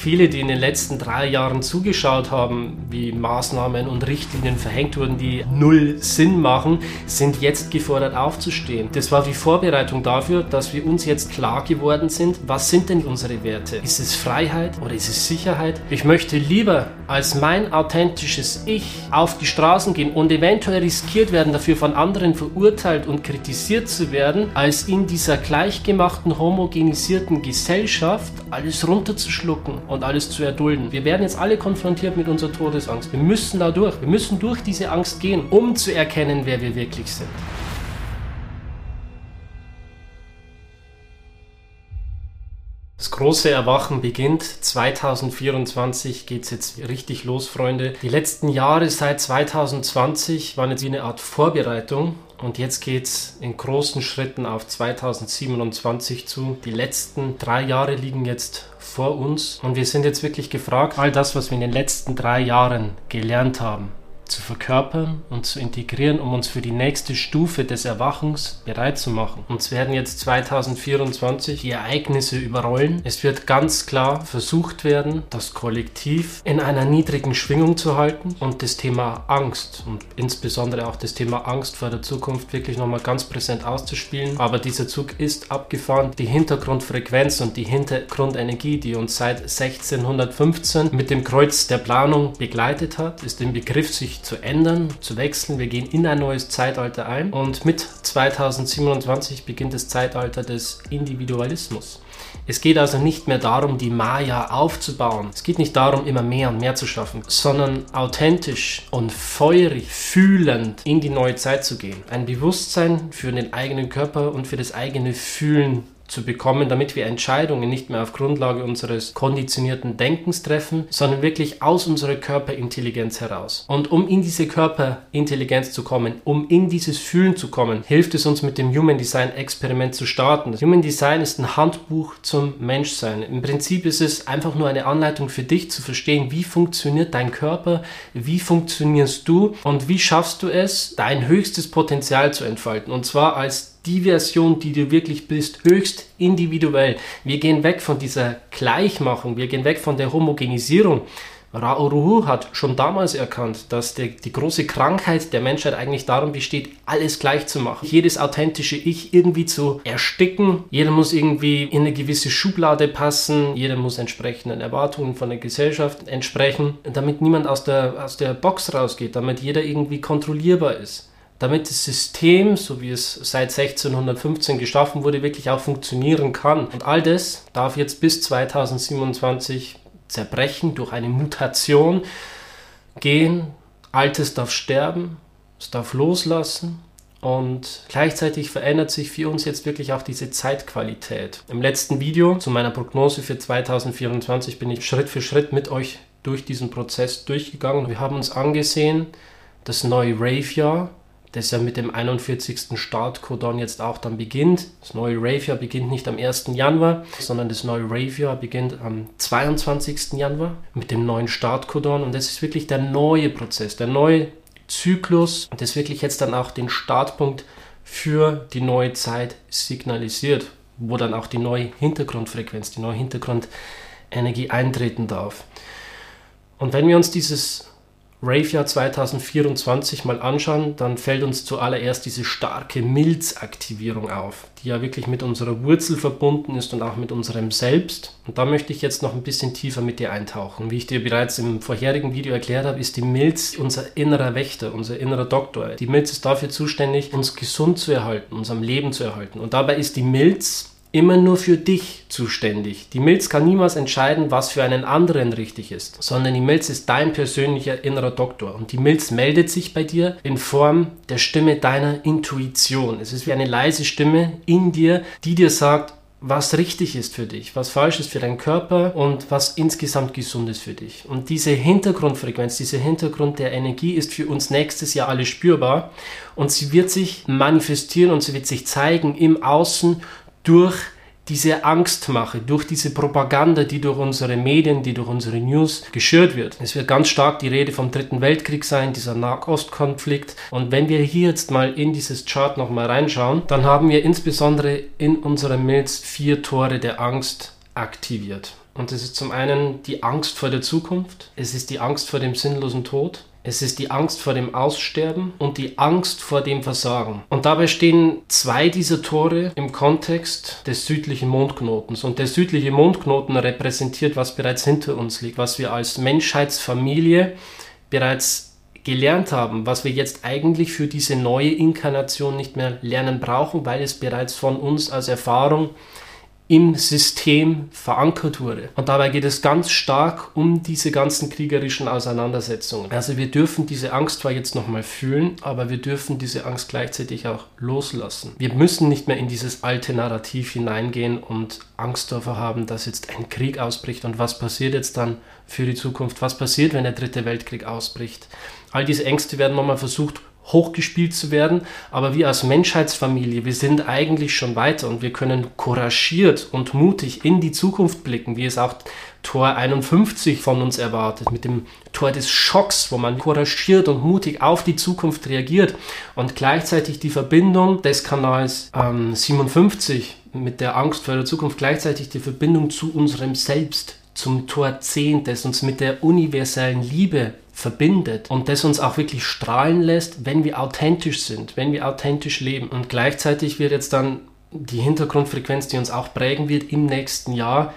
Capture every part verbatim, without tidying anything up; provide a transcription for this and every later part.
Viele, die in den letzten drei Jahren zugeschaut haben, wie Maßnahmen und Richtlinien verhängt wurden, die null Sinn machen, sind jetzt gefordert aufzustehen. Das war die Vorbereitung dafür, dass wir uns jetzt klar geworden sind, was sind denn unsere Werte? Ist es Freiheit oder ist es Sicherheit? Ich möchte lieber als mein authentisches Ich auf die Straßen gehen und eventuell riskiert werden, dafür von anderen verurteilt und kritisiert zu werden, als in dieser gleichgemachten, homogenisierten Gesellschaft alles runterzuschlucken und alles zu erdulden. Wir werden jetzt alle konfrontiert mit unserer Todesangst. Wir müssen da durch. Wir müssen durch diese Angst gehen, um zu erkennen, wer wir wirklich sind. Das große Erwachen beginnt. zweitausendvierundzwanzig geht es jetzt richtig los, Freunde. Die letzten Jahre seit zweitausendzwanzig waren jetzt wie eine Art Vorbereitung. Und jetzt geht es in großen Schritten auf zweitausendsiebenundzwanzig zu. Die letzten drei Jahre liegen jetzt vor uns. Und wir sind jetzt wirklich gefragt, all das, was wir in den letzten drei Jahren gelernt haben, zu verkörpern und zu integrieren, um uns für die nächste Stufe des Erwachens bereit zu machen. Uns werden jetzt zweitausendvierundzwanzig die Ereignisse überrollen. Es wird ganz klar versucht werden, das Kollektiv in einer niedrigen Schwingung zu halten und das Thema Angst und insbesondere auch das Thema Angst vor der Zukunft wirklich nochmal ganz präsent auszuspielen. Aber dieser Zug ist abgefahren. Die Hintergrundfrequenz und die Hintergrundenergie, die uns seit sechzehnhundertfünfzehn mit dem Kreuz der Planung begleitet hat, ist im Begriff, sich zu ändern, zu wechseln. Wir gehen in ein neues Zeitalter ein und mit zweitausendsiebenundzwanzig beginnt das Zeitalter des Individualismus. Es geht also nicht mehr darum, die Maya aufzubauen. Es geht nicht darum, immer mehr und mehr zu schaffen, sondern authentisch und feurig, fühlend in die neue Zeit zu gehen. Ein Bewusstsein für den eigenen Körper und für das eigene Fühlen zu bekommen, damit wir Entscheidungen nicht mehr auf Grundlage unseres konditionierten Denkens treffen, sondern wirklich aus unserer Körperintelligenz heraus. Und um in diese Körperintelligenz zu kommen, um in dieses Fühlen zu kommen, hilft es uns mit dem Human Design Experiment zu starten. Das Human Design ist ein Handbuch zum Menschsein. Im Prinzip ist es einfach nur eine Anleitung für dich zu verstehen, wie funktioniert dein Körper, wie funktionierst du und wie schaffst du es, dein höchstes Potenzial zu entfalten. Und zwar als die Version, die du wirklich bist, höchst individuell. Wir gehen weg von dieser Gleichmachung, wir gehen weg von der Homogenisierung. Ra Uru Hu hat schon damals erkannt, dass der, die große Krankheit der Menschheit eigentlich darum besteht, alles gleich zu machen. Jedes authentische Ich irgendwie zu ersticken. Jeder muss irgendwie in eine gewisse Schublade passen. Jeder muss entsprechenden Erwartungen von der Gesellschaft entsprechen, damit niemand aus der, aus der Box rausgeht, damit jeder irgendwie kontrollierbar ist. Damit das System, so wie es seit sechzehnhundertfünfzehn geschaffen wurde, wirklich auch funktionieren kann. Und all das darf jetzt bis zweitausendsiebenundzwanzig zerbrechen, durch eine Mutation gehen. Altes darf sterben, es darf loslassen und gleichzeitig verändert sich für uns jetzt wirklich auch diese Zeitqualität. Im letzten Video zu meiner Prognose für zweitausendvierundzwanzig bin ich Schritt für Schritt mit euch durch diesen Prozess durchgegangen. Wir haben uns angesehen, das neue Rave-Jahr, das ja mit dem einundvierzigsten Startcodon jetzt auch dann beginnt. Das neue Rave-Jahr beginnt nicht am ersten Januar, sondern das neue Rave-Jahr beginnt am zweiundzwanzigsten Januar mit dem neuen Startcodon. Und das ist wirklich der neue Prozess, der neue Zyklus, das wirklich jetzt dann auch den Startpunkt für die neue Zeit signalisiert, wo dann auch die neue Hintergrundfrequenz, die neue Hintergrundenergie eintreten darf. Und wenn wir uns dieses Rave-Jahr zweitausendvierundzwanzig mal anschauen, dann fällt uns zuallererst diese starke Milzaktivierung auf, die ja wirklich mit unserer Wurzel verbunden ist und auch mit unserem Selbst. Und da möchte ich jetzt noch ein bisschen tiefer mit dir eintauchen. Wie ich dir bereits im vorherigen Video erklärt habe, ist die Milz unser innerer Wächter, unser innerer Doktor. Die Milz ist dafür zuständig, uns gesund zu erhalten, uns am Leben zu erhalten. Und dabei ist die Milz immer nur für dich zuständig. Die Milz kann niemals entscheiden, was für einen anderen richtig ist, sondern die Milz ist dein persönlicher innerer Doktor. Und die Milz meldet sich bei dir in Form der Stimme deiner Intuition. Es ist wie eine leise Stimme in dir, die dir sagt, was richtig ist für dich, was falsch ist für deinen Körper und was insgesamt gesund ist für dich. Und diese Hintergrundfrequenz, dieser Hintergrund der Energie ist für uns nächstes Jahr alle spürbar und sie wird sich manifestieren und sie wird sich zeigen im Außen durch diese Angstmache, durch diese Propaganda, die durch unsere Medien, die durch unsere News geschürt wird. Es wird ganz stark die Rede vom Dritten Weltkrieg sein, dieser Nahostkonflikt. Und wenn wir hier jetzt mal in dieses Chart nochmal reinschauen, dann haben wir insbesondere in unserer Milz vier Tore der Angst aktiviert. Und das ist zum einen die Angst vor der Zukunft, es ist die Angst vor dem sinnlosen Tod, es ist die Angst vor dem Aussterben und die Angst vor dem Versagen. Und dabei stehen zwei dieser Tore im Kontext des südlichen Mondknotens. Und der südliche Mondknoten repräsentiert, was bereits hinter uns liegt, was wir als Menschheitsfamilie bereits gelernt haben, was wir jetzt eigentlich für diese neue Inkarnation nicht mehr lernen brauchen, weil es bereits von uns als Erfahrung im System verankert wurde. Und dabei geht es ganz stark um diese ganzen kriegerischen Auseinandersetzungen. Also wir dürfen diese Angst zwar jetzt nochmal fühlen, aber wir dürfen diese Angst gleichzeitig auch loslassen. Wir müssen nicht mehr in dieses alte Narrativ hineingehen und Angst davor haben, dass jetzt ein Krieg ausbricht und was passiert jetzt dann für die Zukunft, was passiert, wenn der dritte Weltkrieg ausbricht. All diese Ängste werden nochmal versucht hochgespielt zu werden, aber wir als Menschheitsfamilie, wir sind eigentlich schon weiter und wir können couragiert und mutig in die Zukunft blicken, wie es auch Tor einundfünfzig von uns erwartet, mit dem Tor des Schocks, wo man couragiert und mutig auf die Zukunft reagiert und gleichzeitig die Verbindung des Kanals ähm, siebenundfünfzig mit der Angst vor der Zukunft, gleichzeitig die Verbindung zu unserem Selbst, zum Tor zehn, das uns mit der universellen Liebe verbindet und das uns auch wirklich strahlen lässt, wenn wir authentisch sind, wenn wir authentisch leben. Und gleichzeitig wird jetzt dann die Hintergrundfrequenz, die uns auch prägen wird im nächsten Jahr,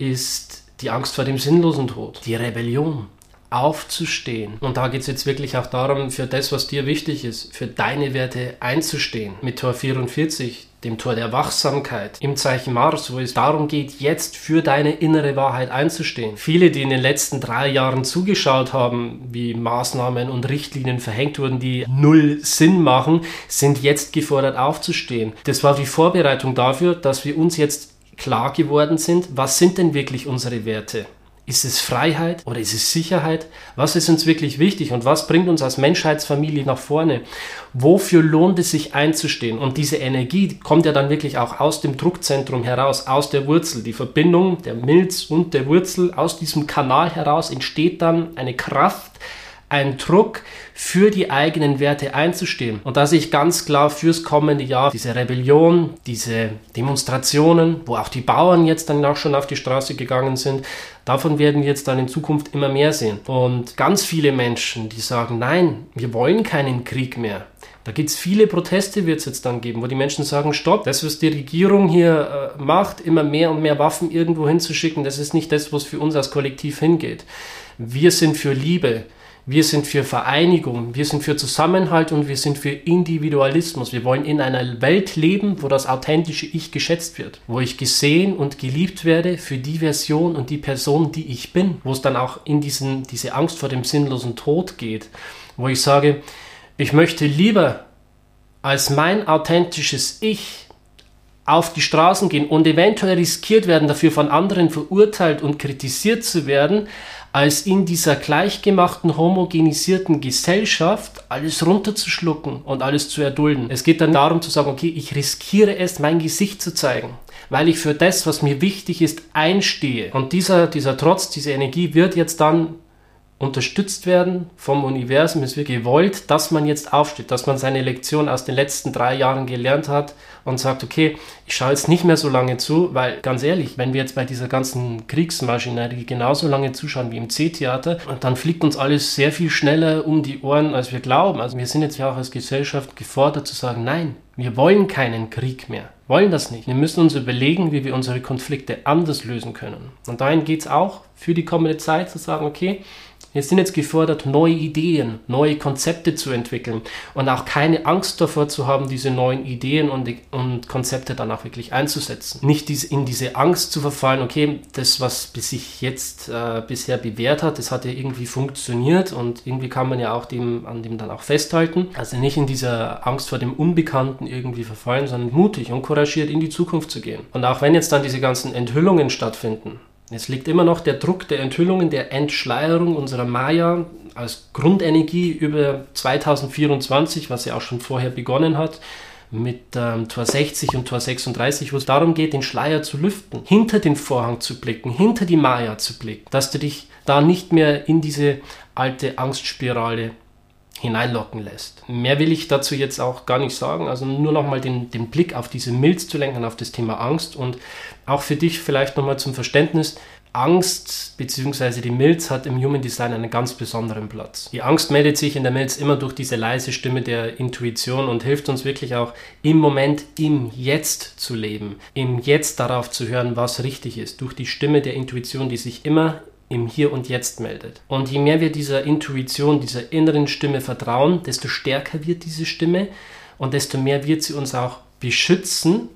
ist die Angst vor dem sinnlosen Tod, die Rebellion, aufzustehen. Und da geht es jetzt wirklich auch darum, für das, was dir wichtig ist, für deine Werte einzustehen. Mit Tor vierundvierzig, dem Tor der Wachsamkeit, im Zeichen Mars, wo es darum geht, jetzt für deine innere Wahrheit einzustehen. Viele, die in den letzten drei Jahren zugeschaut haben, wie Maßnahmen und Richtlinien verhängt wurden, die null Sinn machen, sind jetzt gefordert aufzustehen. Das war die Vorbereitung dafür, dass wir uns jetzt klar geworden sind, was sind denn wirklich unsere Werte? Ist es Freiheit oder ist es Sicherheit? Was ist uns wirklich wichtig und was bringt uns als Menschheitsfamilie nach vorne? Wofür lohnt es sich einzustehen? Und diese Energie kommt ja dann wirklich auch aus dem Druckzentrum heraus, aus der Wurzel. Die Verbindung der Milz und der Wurzel, aus diesem Kanal heraus entsteht dann eine Kraft, ein Druck, für die eigenen Werte einzustehen. Und da sehe ich ganz klar fürs kommende Jahr diese Rebellion, diese Demonstrationen, wo auch die Bauern jetzt dann auch schon auf die Straße gegangen sind. Davon werden wir jetzt dann in Zukunft immer mehr sehen. Und ganz viele Menschen, die sagen, nein, wir wollen keinen Krieg mehr. Da gibt es viele Proteste, wird es jetzt dann geben, wo die Menschen sagen, stopp, das, was die Regierung hier äh, macht, immer mehr und mehr Waffen irgendwo hinzuschicken, das ist nicht das, was für uns als Kollektiv hingeht. Wir sind für Liebe. Wir sind für Vereinigung, wir sind für Zusammenhalt und wir sind für Individualismus. Wir wollen in einer Welt leben, wo das authentische Ich geschätzt wird, wo ich gesehen und geliebt werde für die Version und die Person, die ich bin, wo es dann auch in diesen, diese Angst vor dem sinnlosen Tod geht, wo ich sage, ich möchte lieber als mein authentisches Ich auf die Straßen gehen und eventuell riskiert werden, dafür von anderen verurteilt und kritisiert zu werden, als in dieser gleichgemachten, homogenisierten Gesellschaft alles runterzuschlucken und alles zu erdulden. Es geht dann darum zu sagen, okay, ich riskiere es, mein Gesicht zu zeigen, weil ich für das, was mir wichtig ist, einstehe. Und dieser, dieser Trotz, diese Energie wird jetzt dann unterstützt werden vom Universum. Es wird gewollt, dass man jetzt aufsteht, dass man seine Lektion aus den letzten drei Jahren gelernt hat und sagt, okay, ich schaue jetzt nicht mehr so lange zu, weil ganz ehrlich, wenn wir jetzt bei dieser ganzen Kriegsmaschinerie genauso lange zuschauen wie im C-Theater, dann fliegt uns alles sehr viel schneller um die Ohren, als wir glauben. Also wir sind jetzt ja auch als Gesellschaft gefordert zu sagen, nein, wir wollen keinen Krieg mehr, wollen das nicht. Wir müssen uns überlegen, wie wir unsere Konflikte anders lösen können. Und dahin geht es auch für die kommende Zeit zu sagen, okay, wir sind jetzt gefordert, neue Ideen, neue Konzepte zu entwickeln und auch keine Angst davor zu haben, diese neuen Ideen und, und Konzepte dann auch wirklich einzusetzen. Nicht diese, in diese Angst zu verfallen, okay, das, was bis sich jetzt äh, bisher bewährt hat, das hat ja irgendwie funktioniert und irgendwie kann man ja auch dem, an dem dann auch festhalten. Also nicht in dieser Angst vor dem Unbekannten irgendwie verfallen, sondern mutig und couragiert in die Zukunft zu gehen. Und auch wenn jetzt dann diese ganzen Enthüllungen stattfinden, es liegt immer noch der Druck der Enthüllungen, der Entschleierung unserer Maya als Grundenergie über zweitausendvierundzwanzig, was ja auch schon vorher begonnen hat, mit ähm, Tor sechzig und Tor sechsunddreißig, wo es darum geht, den Schleier zu lüften, hinter den Vorhang zu blicken, hinter die Maya zu blicken, dass du dich da nicht mehr in diese alte Angstspirale hineinlocken lässt. Mehr will ich dazu jetzt auch gar nicht sagen, also nur nochmal den, den Blick auf diese Milz zu lenken, auf das Thema Angst und auch für dich vielleicht nochmal zum Verständnis, Angst bzw. die Milz hat im Human Design einen ganz besonderen Platz. Die Angst meldet sich in der Milz immer durch diese leise Stimme der Intuition und hilft uns wirklich auch im Moment, im Jetzt zu leben, im Jetzt darauf zu hören, was richtig ist, durch die Stimme der Intuition, die sich immer im Hier und Jetzt meldet. Und je mehr wir dieser Intuition, dieser inneren Stimme vertrauen, desto stärker wird diese Stimme und desto mehr wird sie uns auch beschützen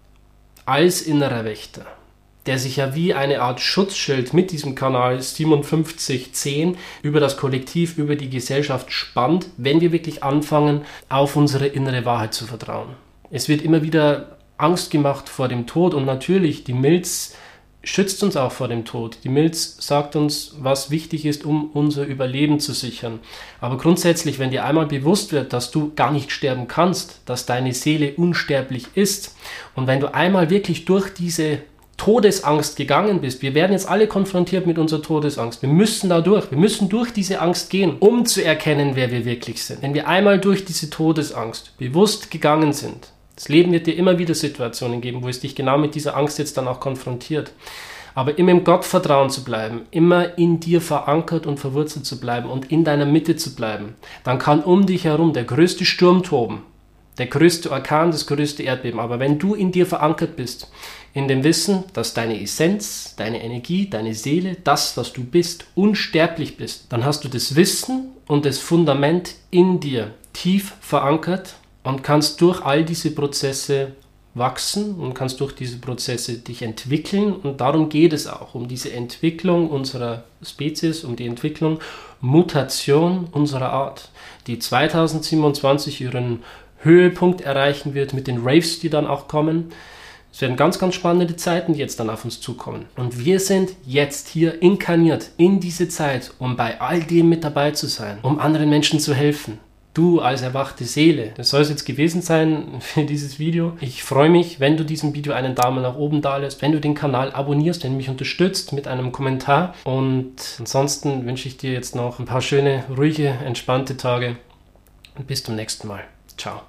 als innerer Wächter, der sich ja wie eine Art Schutzschild mit diesem Kanal siebenundfünfzig zehn über das Kollektiv, über die Gesellschaft spannt, wenn wir wirklich anfangen, auf unsere innere Wahrheit zu vertrauen. Es wird immer wieder Angst gemacht vor dem Tod und natürlich, die Milz schützt uns auch vor dem Tod. Die Milz sagt uns, was wichtig ist, um unser Überleben zu sichern. Aber grundsätzlich, wenn dir einmal bewusst wird, dass du gar nicht sterben kannst, dass deine Seele unsterblich ist und wenn du einmal wirklich durch diese Todesangst gegangen bist, wir werden jetzt alle konfrontiert mit unserer Todesangst, wir müssen da durch, wir müssen durch diese Angst gehen, um zu erkennen, wer wir wirklich sind. Wenn wir einmal durch diese Todesangst bewusst gegangen sind, das Leben wird dir immer wieder Situationen geben, wo es dich genau mit dieser Angst jetzt dann auch konfrontiert. Aber immer im Gottvertrauen zu bleiben, immer in dir verankert und verwurzelt zu bleiben und in deiner Mitte zu bleiben, dann kann um dich herum der größte Sturm toben, der größte Orkan, das größte Erdbeben. Aber wenn du in dir verankert bist, in dem Wissen, dass deine Essenz, deine Energie, deine Seele, das, was du bist, unsterblich bist, dann hast du das Wissen und das Fundament in dir tief verankert und kannst durch all diese Prozesse wachsen und kannst durch diese Prozesse dich entwickeln. Und darum geht es auch, um diese Entwicklung unserer Spezies, um die Entwicklung, Mutation unserer Art, die zweitausendsiebenundzwanzig ihren Höhepunkt erreichen wird mit den Raves, die dann auch kommen. Es werden ganz, ganz spannende Zeiten, die jetzt dann auf uns zukommen. Und wir sind jetzt hier inkarniert in diese Zeit, um bei all dem mit dabei zu sein, um anderen Menschen zu helfen. Du als erwachte Seele. Das soll es jetzt gewesen sein für dieses Video. Ich freue mich, wenn du diesem Video einen Daumen nach oben da lässt, wenn du den Kanal abonnierst, wenn du mich unterstützt mit einem Kommentar. Und ansonsten wünsche ich dir jetzt noch ein paar schöne, ruhige, entspannte Tage und bis zum nächsten Mal. Ciao.